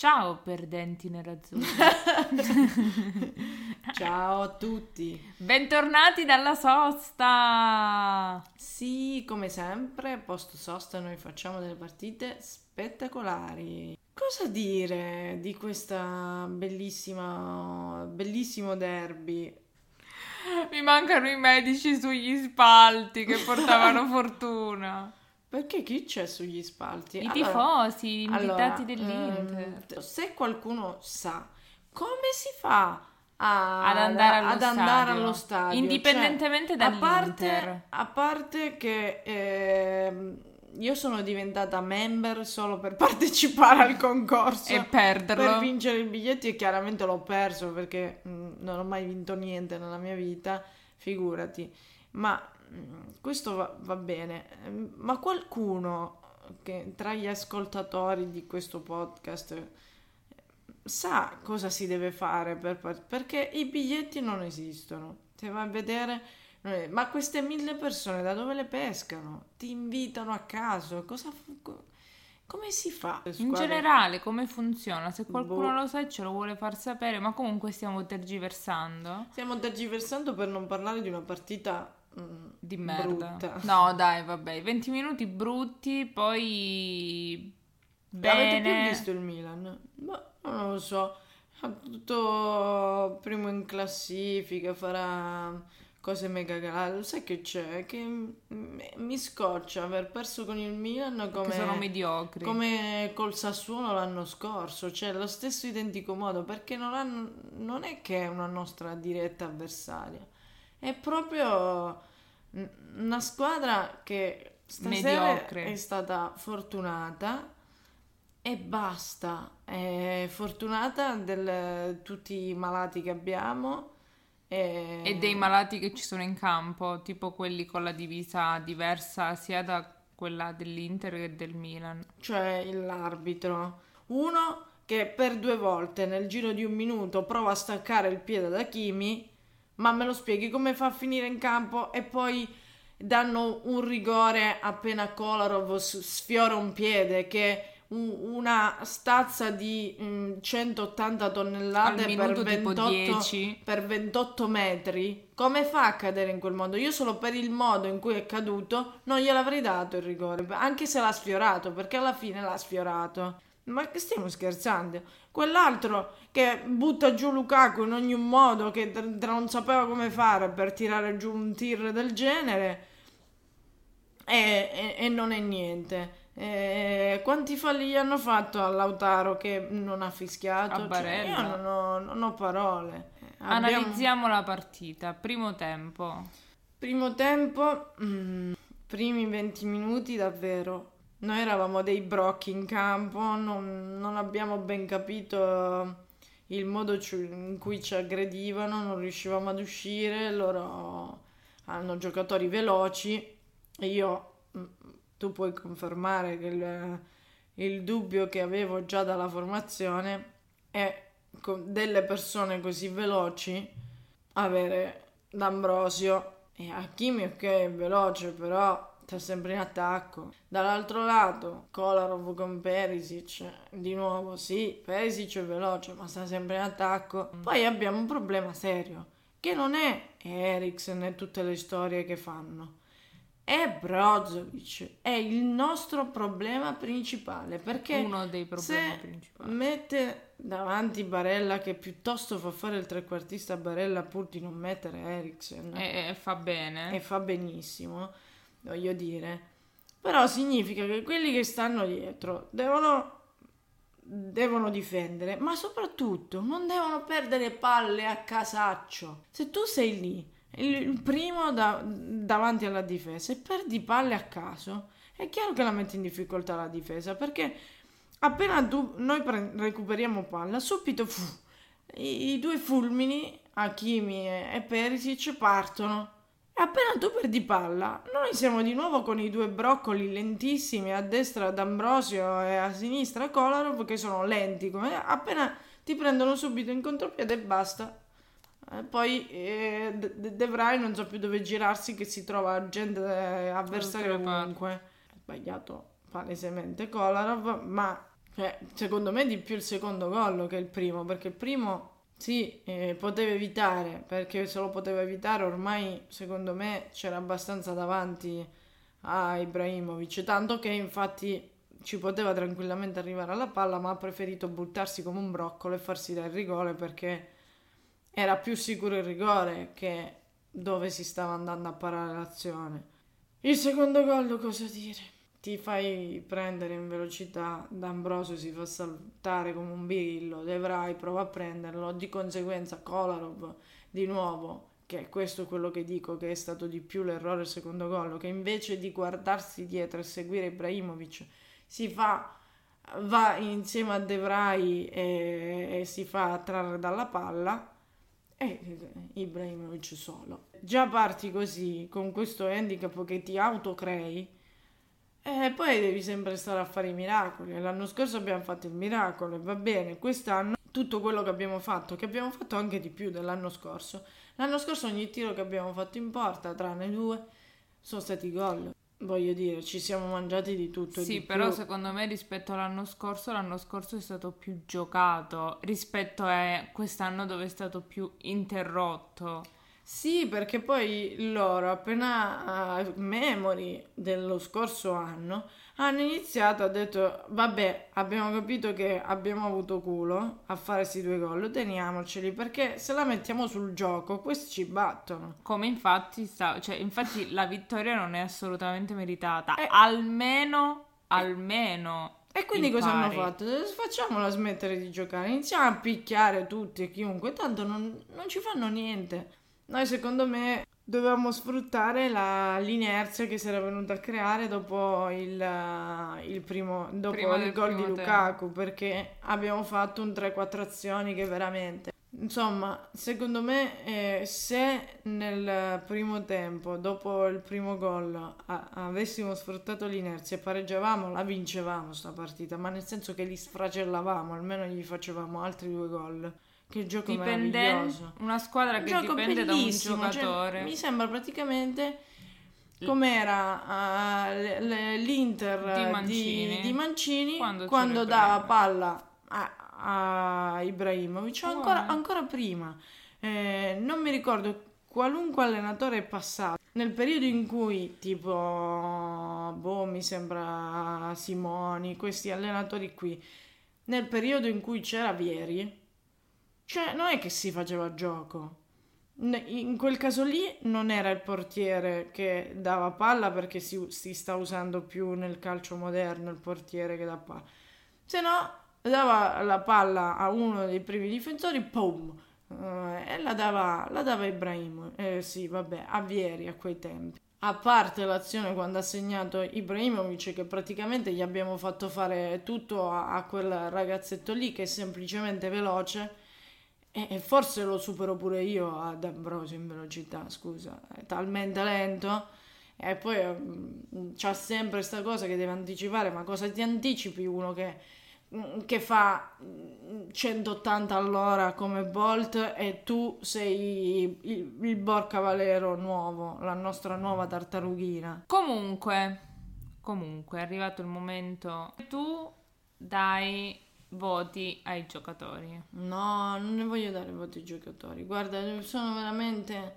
Ciao perdenti nerazzurri. Ciao a tutti. Bentornati dalla sosta. Sì, come sempre, post sosta noi facciamo delle partite spettacolari. Cosa dire di questa bellissimo derby? Mi mancano i medici sugli spalti che portavano fortuna. Perché chi c'è sugli spalti? I tifosi, gli invitati Allora, dell'Inter. se qualcuno sa come si fa Ad andare allo stadio, indipendentemente cioè, dall'Inter. a parte che io sono diventata member solo per partecipare al concorso E perderlo. per vincere i biglietti, e chiaramente l'ho perso perché non ho mai vinto niente nella mia vita, figurati. Ma questo va bene. Ma qualcuno che tra gli ascoltatori di questo podcast sa cosa si deve fare perché i biglietti non esistono. Se vai a vedere, ma queste 1000 persone da dove le pescano? Ti invitano a caso? Come si fa? In generale, come funziona? Se qualcuno Boh. lo sa e ce lo vuole far sapere, ma comunque stiamo tergiversando. Stiamo tergiversando per non parlare di una partita Di merda. brutta. No, dai, vabbè, 20 minuti brutti, poi Avete più bene. visto il Milan? Ma non lo so. Ha tutto primo in classifica, farà cose mega grandi. Sai che c'è? Che mi scoccia aver perso con il Milan Che sono mediocri. come col Sassuolo l'anno scorso. Cioè, lo stesso identico modo, perché non è che è una nostra diretta avversaria. È proprio una squadra che stasera Mediocre. è stata fortunata e basta. È fortunata di tutti i malati che abbiamo E dei malati che ci sono in campo, tipo quelli con la divisa diversa sia da quella dell'Inter che del Milan. cioè l'arbitro. Uno che per 2 volte nel giro di un minuto prova a staccare il piede da Kimi, ma me lo spieghi come fa a finire in campo, e poi danno un rigore appena Kolarov sfiora un piede, che una stazza di 180 Al tonnellate minuto tipo 10. per 28 metri. Come fa a cadere in quel modo? Io solo per il modo in cui è caduto non gliel'avrei dato il rigore, anche se l'ha sfiorato, perché alla fine l'ha sfiorato. Ma che stiamo scherzando? Quell'altro che butta giù Lukaku in ogni modo, che non sapeva come fare per tirare giù un tir del genere, e non è niente. Quanti falli gli hanno fatto a Lautaro che non ha fischiato? A Barella. Io non ho parole. Analizziamo la partita. Primo tempo. Primo tempo, primi 20 minuti davvero. Noi eravamo dei brocchi in campo, non abbiamo ben capito il modo in cui ci aggredivano, non riuscivamo ad uscire. Loro hanno giocatori veloci e tu puoi confermare che il dubbio che avevo già dalla formazione è, con delle persone così veloci, avere D'Ambrosio e Hakimi, ok, è veloce, però sta sempre in attacco. Dall'altro lato Kolarov con Perisic, di nuovo sì, Perisic è veloce ma sta sempre in attacco. Poi abbiamo un problema serio, che non è Eriksen e tutte le storie che fanno, è Brozovic. È il nostro problema principale, perché Uno dei problemi se principali. mette davanti Barella, che piuttosto fa fare il trequartista a Barella pur di non mettere Eriksen, E fa bene. e fa benissimo, voglio dire, però significa che quelli che stanno dietro devono difendere, ma soprattutto non devono perdere palle a casaccio. Se tu sei lì, il primo davanti alla difesa, e perdi palle a caso, è chiaro che la metti in difficoltà la difesa, perché appena noi recuperiamo palla, subito i due fulmini, Hakimi e Perisic, partono. E appena tu perdi palla, noi siamo di nuovo con i due broccoli lentissimi, a destra D'Ambrosio e a sinistra Kolarov, che sono lenti, appena ti prendono subito in contropiede e basta. Poi De Vrij non so più dove girarsi, che si trova gente avversaria ovunque. Ha sbagliato palesemente Kolarov, ma Cioè, secondo me di più il secondo gol che il primo, perché il primo sì, poteva evitare, perché se lo poteva evitare ormai secondo me c'era abbastanza davanti a Ibrahimovic, tanto che infatti ci poteva tranquillamente arrivare alla palla, ma ha preferito buttarsi come un broccolo e farsi dare il rigore perché era più sicuro il rigore che dove si stava andando a parare l'azione. Il secondo gol, cosa dire? Ti fai prendere in velocità, D'Ambrosio si fa saltare come un birillo, De Vrij prova a prenderlo, di conseguenza Kolarov di nuovo, che questo è quello che dico che è stato di più l'errore il secondo gol, che invece di guardarsi dietro e seguire Ibrahimovic va insieme a De Vrij e si fa trarre dalla palla e Ibrahimovic solo. Già parti così, con questo handicap che ti autocrei, e poi devi sempre stare a fare i miracoli. L'anno scorso abbiamo fatto il miracolo e va bene. Quest'anno tutto quello che abbiamo fatto anche di più dell'anno scorso. L'anno scorso ogni tiro che abbiamo fatto in porta, tranne due, sono stati gol. Voglio dire, ci siamo mangiati di tutto e Sì, di però più. secondo me rispetto l'anno scorso è stato più giocato rispetto a quest'anno dove è stato più interrotto. Sì, perché poi loro, appena memori dello scorso anno, hanno iniziato, ha detto, vabbè, abbiamo capito che abbiamo avuto culo a fare questi due gol, teniamoceli, perché se la mettiamo sul gioco, questi ci battono. Come infatti infatti la vittoria non è assolutamente meritata, E, almeno e quindi il cosa hanno pari. fatto? Facciamola smettere di giocare, iniziamo a picchiare tutti e chiunque, tanto non ci fanno niente. Noi secondo me dovevamo sfruttare l'inerzia che si era venuta a creare dopo dopo Prima il del gol di primo Lukaku, perché abbiamo fatto un 3-4 azioni che veramente... Insomma, secondo me se nel primo tempo, dopo il primo gol, avessimo sfruttato l'inerzia e pareggiavamo, la vincevamo sta partita, ma nel senso che li sfracellavamo, almeno gli facevamo altri due gol. Che gioco meraviglioso. Una squadra Un che gioco dipende da un bellissimo, cioè, giocatore. mi sembra praticamente com'era l'Inter Di Mancini, di Mancini quando c'era quando dava Ibrahimovic. palla a Ibrahimovic, o Uguale. ancora prima. Non mi ricordo qualunque allenatore è passato. Nel periodo in cui, tipo, mi sembra Simoni, questi allenatori qui, nel periodo in cui c'era Vieri, cioè non è che si faceva gioco. In quel caso lì non era il portiere che dava palla perché si sta usando più nel calcio moderno il portiere che dà palla. Se no, dava la palla a uno dei primi difensori, pum! E la dava Ibrahimo. Sì, vabbè, a Vieri a quei tempi. A parte l'azione quando ha segnato Ibrahimovic, che praticamente gli abbiamo fatto fare tutto a quel ragazzetto lì che è semplicemente veloce. E forse lo supero pure io ad Ambrosio in velocità, scusa, è talmente lento. E poi c'ha sempre questa cosa che deve anticipare, ma cosa ti anticipi uno che fa 180 all'ora come Bolt e tu sei il Borca Valero nuovo, la nostra nuova tartarughina. Comunque, è arrivato il momento. Tu dai voti ai giocatori. No, non ne voglio dare voti ai giocatori. Guarda, sono veramente...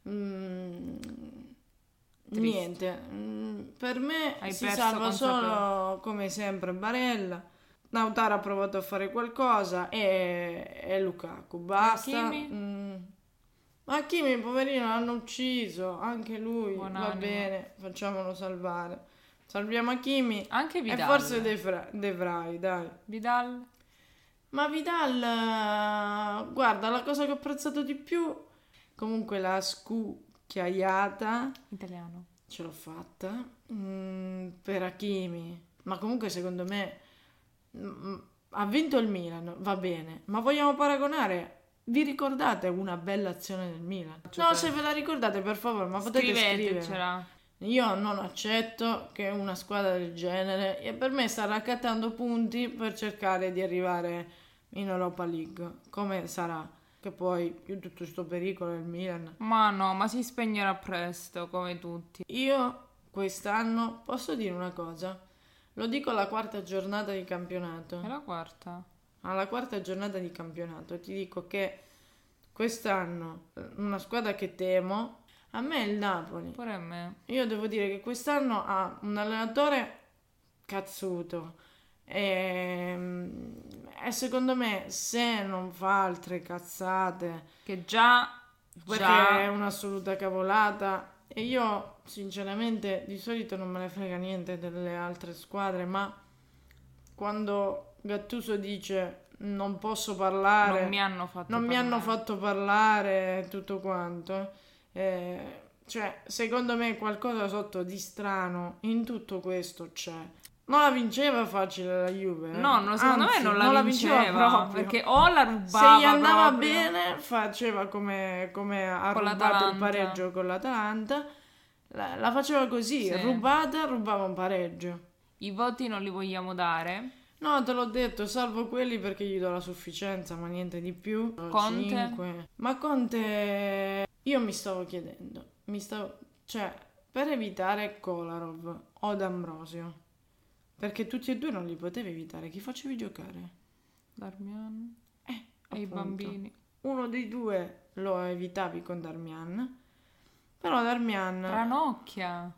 niente. Per me Hai si perso salva consapevole. solo, come sempre, Barella. Lautaro ha provato a fare qualcosa e Lukaku. Basta. Hakimi, poverino, l'hanno ucciso. Anche lui. Buon Va animo. bene, facciamolo salvare. Salviamo Hakimi Anche e Vidal. forse De Vrij, dai. Vidal? Ma Vidal, guarda, la cosa che ho apprezzato di più, comunque la scucchiaiata, Italiano. ce l'ho fatta, per Hakimi. Ma comunque secondo me ha vinto il Milan, va bene, ma vogliamo paragonare? Vi ricordate una bella azione del Milan? No, se ve la ricordate per favore, ma potete scrivere. Scrivetecela. Io non accetto che una squadra del genere, e per me sta raccattando punti per cercare di arrivare in Europa League. Come sarà? Che poi più tutto questo pericolo è il Milan. Ma no, ma si spegnerà presto, come tutti. Io quest'anno posso dire una cosa. Lo dico alla quarta giornata di campionato. È la quarta. Alla quarta giornata di campionato ti dico che quest'anno una squadra che temo, a me è il Napoli. Pure a me. Io devo dire che quest'anno ha un allenatore cazzuto e secondo me se non fa altre cazzate, Che già perché è un'assoluta cavolata, e io sinceramente di solito non me ne frega niente delle altre squadre, ma quando Gattuso dice non posso parlare, non mi hanno fatto non mi hanno parlare. fatto parlare, tutto quanto, cioè secondo me qualcosa sotto di strano in tutto questo c'è. Non la vinceva facile la Juve. No, secondo me Anzi, non la vinceva proprio. perché o la rubava Se gli andava proprio. bene, faceva come ha Con rubato l'Atalanta. il pareggio con l'Atalanta. La faceva così, Sì. rubava un pareggio. I voti non li vogliamo dare. No, te l'ho detto, salvo quelli perché gli do la sufficienza, ma niente di più. Conte? 5. Ma Conte, io mi stavo chiedendo, cioè, per evitare Kolarov o D'Ambrosio, perché tutti e due non li potevi evitare, chi facevi giocare? Darmian e i Appunto. bambini. Uno dei due lo evitavi con Darmian, però Darmian... Ranocchia.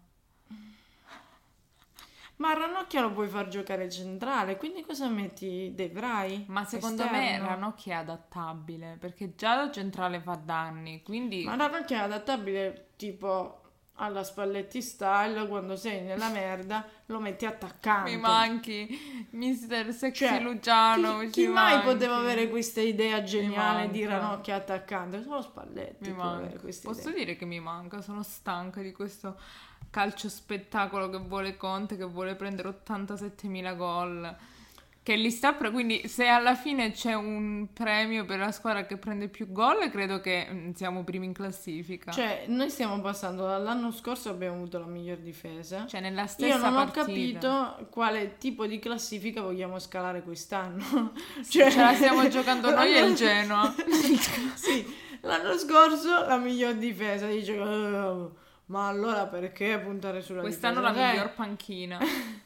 Ma Ranocchia lo puoi far giocare centrale, quindi cosa metti? De Vrij? Ma secondo me Esterno? Ranocchia è adattabile perché già da centrale fa danni, quindi Ma Ranocchia è adattabile tipo alla Spalletti style, quando sei nella merda lo metti attaccante. mi manchi Mister Sexy Cioè, Luciano. chi ci mai manchi. poteva avere questa idea geniale di manca. Ranocchia attaccante? Solo Spalletti Mi può avere manca. questa Posso idea. dire che mi manca, sono stanca di questo calcio spettacolo che vuole Conte, che vuole prendere 87.000 gol, che li sta quindi se alla fine c'è un premio per la squadra che prende più gol, credo che siamo primi in classifica. Cioè, noi stiamo passando dall'anno scorso, abbiamo avuto la miglior difesa. Cioè, nella stessa Io non ho partita. capito quale tipo di classifica vogliamo scalare quest'anno. Ce la stiamo giocando noi e il Genoa. Sì, l'anno scorso la miglior difesa, dice ma allora perché puntare sulla Quest'anno difesa? la miglior panchina.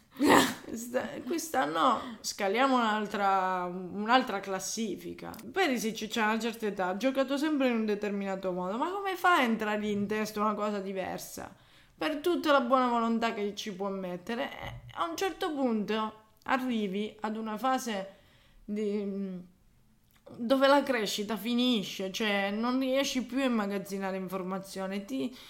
Quest'anno scaliamo un'altra classifica. Perisic c'ha una certa età, ha giocato sempre in un determinato modo, ma come fa a entrare in testa una cosa diversa? Per tutta la buona volontà che ci può mettere, a un certo punto arrivi ad una fase dove la crescita finisce, cioè non riesci più a immagazzinare informazioni,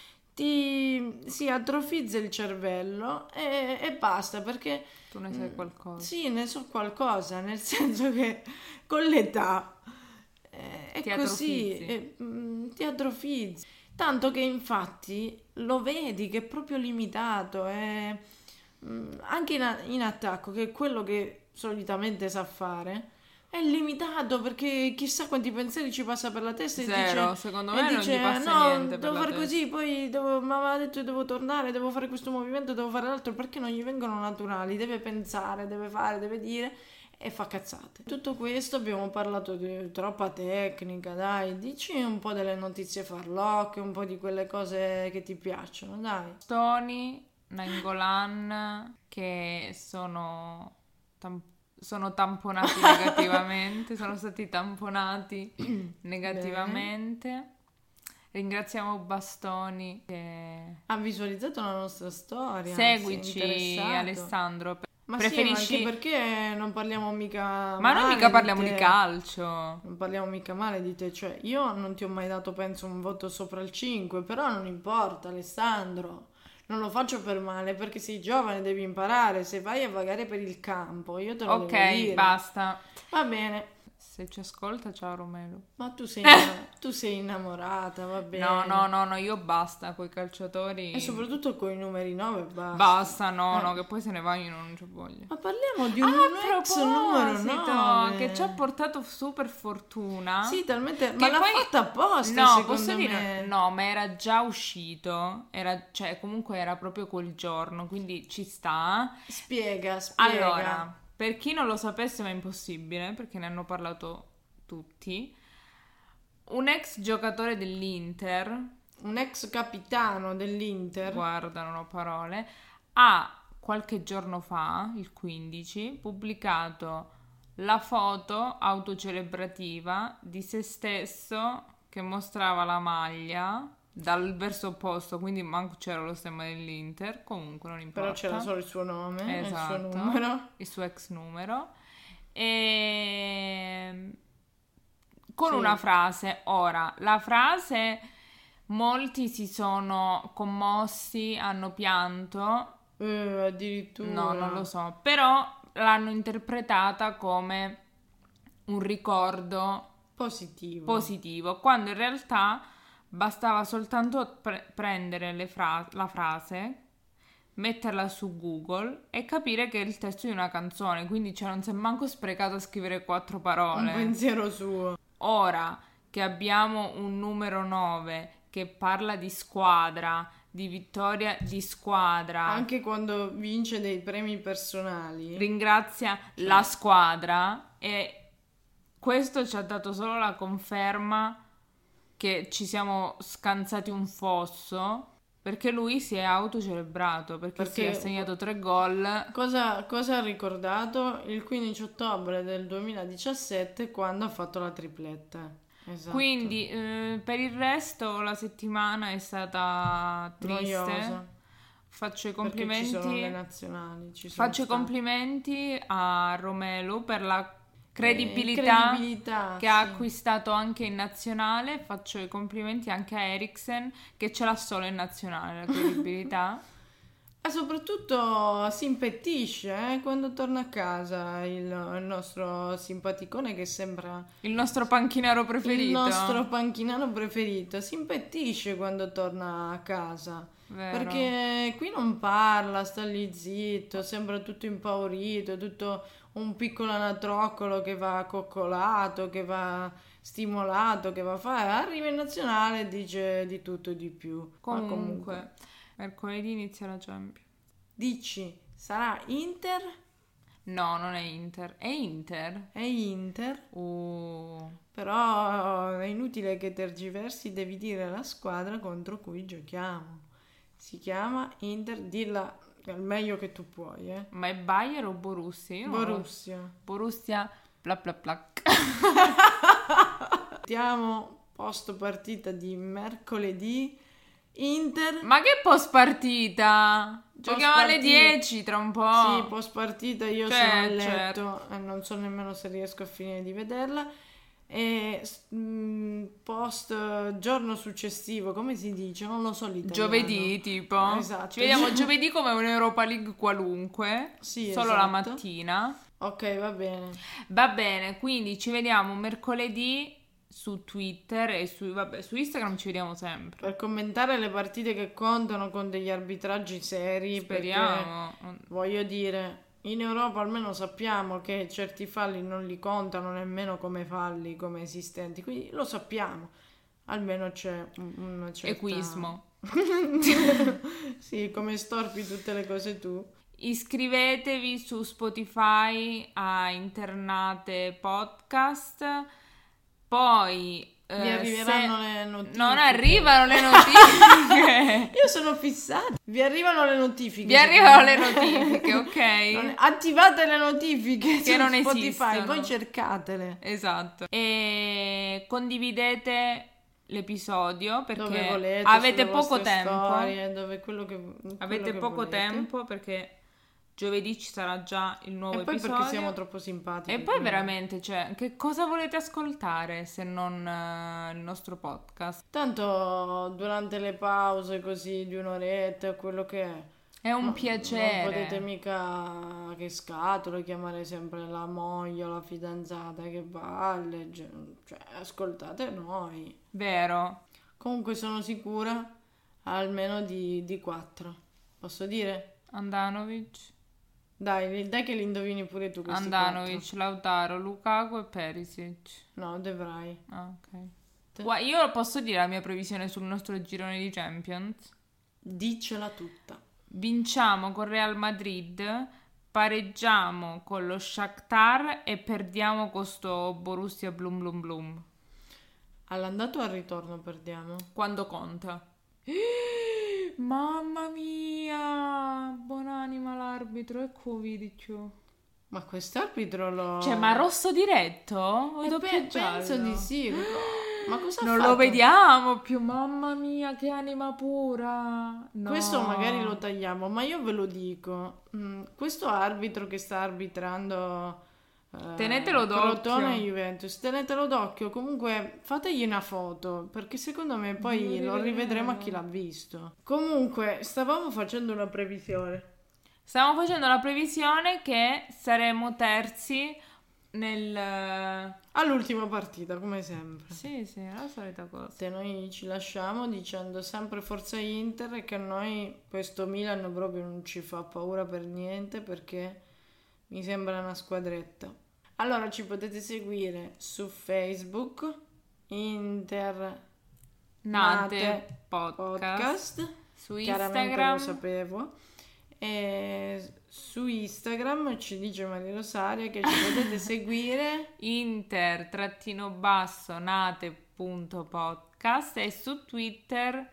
si atrofizza il cervello e basta, perché Tu ne sai qualcosa. sì, ne so qualcosa, nel senso che con l'età è Ti così, atrofizzi. ti atrofizzi. Tanto che infatti lo vedi che è proprio limitato, anche in attacco, che è quello che solitamente sa fare. È limitato perché chissà quanti pensieri ci passa per la testa Zero, dice, secondo me non dice, gli passa no, niente per devo la fare testa. così, poi mi aveva detto che devo tornare, devo fare questo movimento, devo fare l'altro, perché non gli vengono naturali, deve pensare, deve fare, deve dire e fa cazzate. Tutto questo abbiamo parlato di troppa tecnica, dai, dici un po' delle notizie farlocche, un po' di quelle cose che ti piacciono, dai. Tony, Nainggolan, che sono tamponati negativamente, sono stati tamponati negativamente. Ringraziamo Bastoni che Ha visualizzato la nostra storia. seguici, si è interessato. Alessandro. Ma Preferisci... sì, ma anche perché non parliamo mica Ma male noi mica parliamo di di te. calcio. Non parliamo mica male di te, cioè io non ti ho mai dato penso un voto sopra il 5, però non importa Alessandro, non lo faccio per male perché sei giovane, devi imparare, se vai a vagare per il campo io te lo devo Ok, dire. basta. Va bene, Se ci ascolta, ciao Romelo. ma tu sei innamorata, va bene. No, io basta coi calciatori. E soprattutto con i numeri 9 basta. Basta, no, che poi se ne vanno, io non ci voglio. Ma parliamo di un A ex numero proposito, 9 che ci ha portato super fortuna. Sì, talmente, Che ma l'ha poi- fatta apposta, No, secondo posso me. dire, no, ma era già uscito, cioè comunque era proprio quel giorno, quindi ci sta. Spiega. Allora, per chi non lo sapesse, ma è impossibile, perché ne hanno parlato tutti, un ex giocatore dell'Inter, Un ex capitano dell'Inter. guarda, non ho parole, ha qualche giorno fa, il 15, pubblicato la foto autocelebrativa di se stesso che mostrava la maglia dal verso opposto, quindi manco c'era lo stemma dell'Inter, comunque non importa. Però c'era solo il suo nome, Esatto, il suo numero. il suo ex numero. E con Sì. una frase. Ora, la frase, molti si sono commossi, hanno pianto. Addirittura. No, non lo so. Però l'hanno interpretata come un ricordo positivo, quando in realtà bastava soltanto prendere la frase, metterla su Google e capire che è il testo di una canzone, quindi non si è manco sprecato a scrivere 4 parole. Un pensiero suo. Ora che abbiamo un numero 9 che parla di squadra, di vittoria di squadra, Anche quando vince dei premi personali. ringrazia la squadra, e questo ci ha dato solo la conferma che ci siamo scansati un fosso, perché lui si è autocelebrato, perché si è segnato 3 gol. Cosa ha ricordato? Il 15 ottobre del 2017 quando ha fatto la tripletta. Esatto. Quindi per il resto la settimana è stata triste. Noiosa. Faccio i Perché complimenti. ci sono le nazionali. Faccio i complimenti a Romelu per la credibilità che ha acquistato anche in nazionale. Faccio i complimenti anche a Eriksen, che ce l'ha solo in nazionale la credibilità. E soprattutto si impettisce quando torna a casa il nostro simpaticone che sembra il nostro panchinaro preferito. Il nostro panchinaro preferito si impettisce quando torna a casa. Vero. Perché qui non parla, sta lì zitto, sembra tutto impaurito, tutto un piccolo anatroccolo che va coccolato, che va stimolato, che va a fare. Arriva in nazionale e dice di tutto e di più. Ma Comunque, mercoledì inizia la Champions. Dici, sarà Inter? No, non è Inter. È Inter? È Inter. Però è inutile che tergiversi, devi dire la squadra contro cui giochiamo. Si chiama Inter, dilla al meglio che tu puoi, Ma è Bayern o Borussia? Io Borussia. Borussia, bla bla bla. Mettiamo post partita di mercoledì. Inter. Ma che post partita? Giochiamo alle 10 tra un po'. Sì, post partita io sono a letto e non so nemmeno se riesco a finire di vederla. E post giorno successivo, come si dice? Non lo so l'italiano. Giovedì tipo. Esatto. Ci vediamo giovedì come un'Europa League qualunque. Sì, solo esatto. la mattina. Ok, va bene. Va bene, quindi ci vediamo mercoledì su Twitter e su Instagram ci vediamo sempre. Per commentare le partite che contano con degli arbitraggi seri. Speriamo. Perché, voglio dire, in Europa almeno sappiamo che certi falli non li contano nemmeno come falli, come esistenti. Quindi lo sappiamo. Almeno c'è una certa... Equismo. Sì, come storpi tutte le cose tu. Iscrivetevi su Spotify a Internate Podcast. Poi vi arriveranno le notifiche. Non arrivano le notifiche. Io sono fissata. Vi arrivano le notifiche. Vi arrivano le notifiche, ok? Attivate le notifiche che su non Spotify, esistono. poi cercatele. Esatto. E condividete l'episodio perché dove volete, avete sulle poco vostre tempo. Storie, dove quello che Avete poco volete. tempo perché giovedì ci sarà già il nuovo e poi episodio. perché siamo troppo simpatici. E poi veramente, cioè, che cosa volete ascoltare se non il nostro podcast? Tanto durante le pause così di un'oretta, quello che è un piacere. Non potete mica che scatole chiamare sempre la moglie o la fidanzata che va a leggere. Cioè, ascoltate noi. Vero. Comunque sono sicura almeno di 4. Posso dire? Andanovic. Dai che li indovini pure tu questi Andanovic, 4. Lautaro, Lukaku e Perisic. No, De Vrij. Ah, ok. Io posso dire la mia previsione sul nostro girone di Champions? Dicela tutta. Vinciamo con Real Madrid, pareggiamo con lo Shakhtar e perdiamo con sto Borussia Blum Blum All'andato o al ritorno perdiamo? Quando conta. Mamma mia, buonanima l'arbitro, ecco video. Ma quest'arbitro lo... Cioè, ma rosso diretto? O doppio giallo? Penso di sì. Ma cosa ha Non fatto? lo vediamo più, mamma mia, che anima pura. No. Questo magari lo tagliamo, ma io ve lo dico. Questo arbitro che sta arbitrando tenetelo d'occhio. Crotone e Juventus, tenetelo d'occhio. Comunque fategli una foto, perché secondo me poi lo rivedremo a chi l'ha visto. Comunque, stavamo facendo una previsione. Stiamo facendo la previsione che saremo terzi nel... All'ultima partita, come sempre. Sì, è la solita cosa. Se noi ci lasciamo dicendo sempre forza Inter e che a noi questo Milan proprio non ci fa paura per niente, perché mi sembra una squadretta. Allora ci potete seguire su Facebook, Inter Nate Podcast. Su chiaramente Instagram. lo sapevo. E su Instagram ci dice Maria Rosaria che ci potete seguire inter-nate.podcast e su Twitter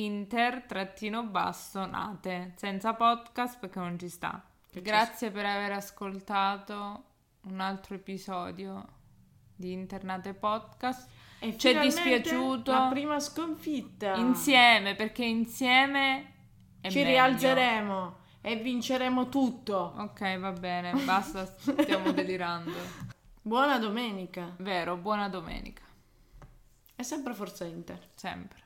inter-nate senza podcast perché non ci sta. Grazie per aver ascoltato un altro episodio di Internate Podcast. e ci è finalmente dispiaciuto la prima sconfitta insieme, perché insieme è ci meglio. rialzeremo e vinceremo tutto. Ok, va bene, basta, stiamo delirando. Buona domenica Vero, buona domenica. e sempre forza Inter. Sempre.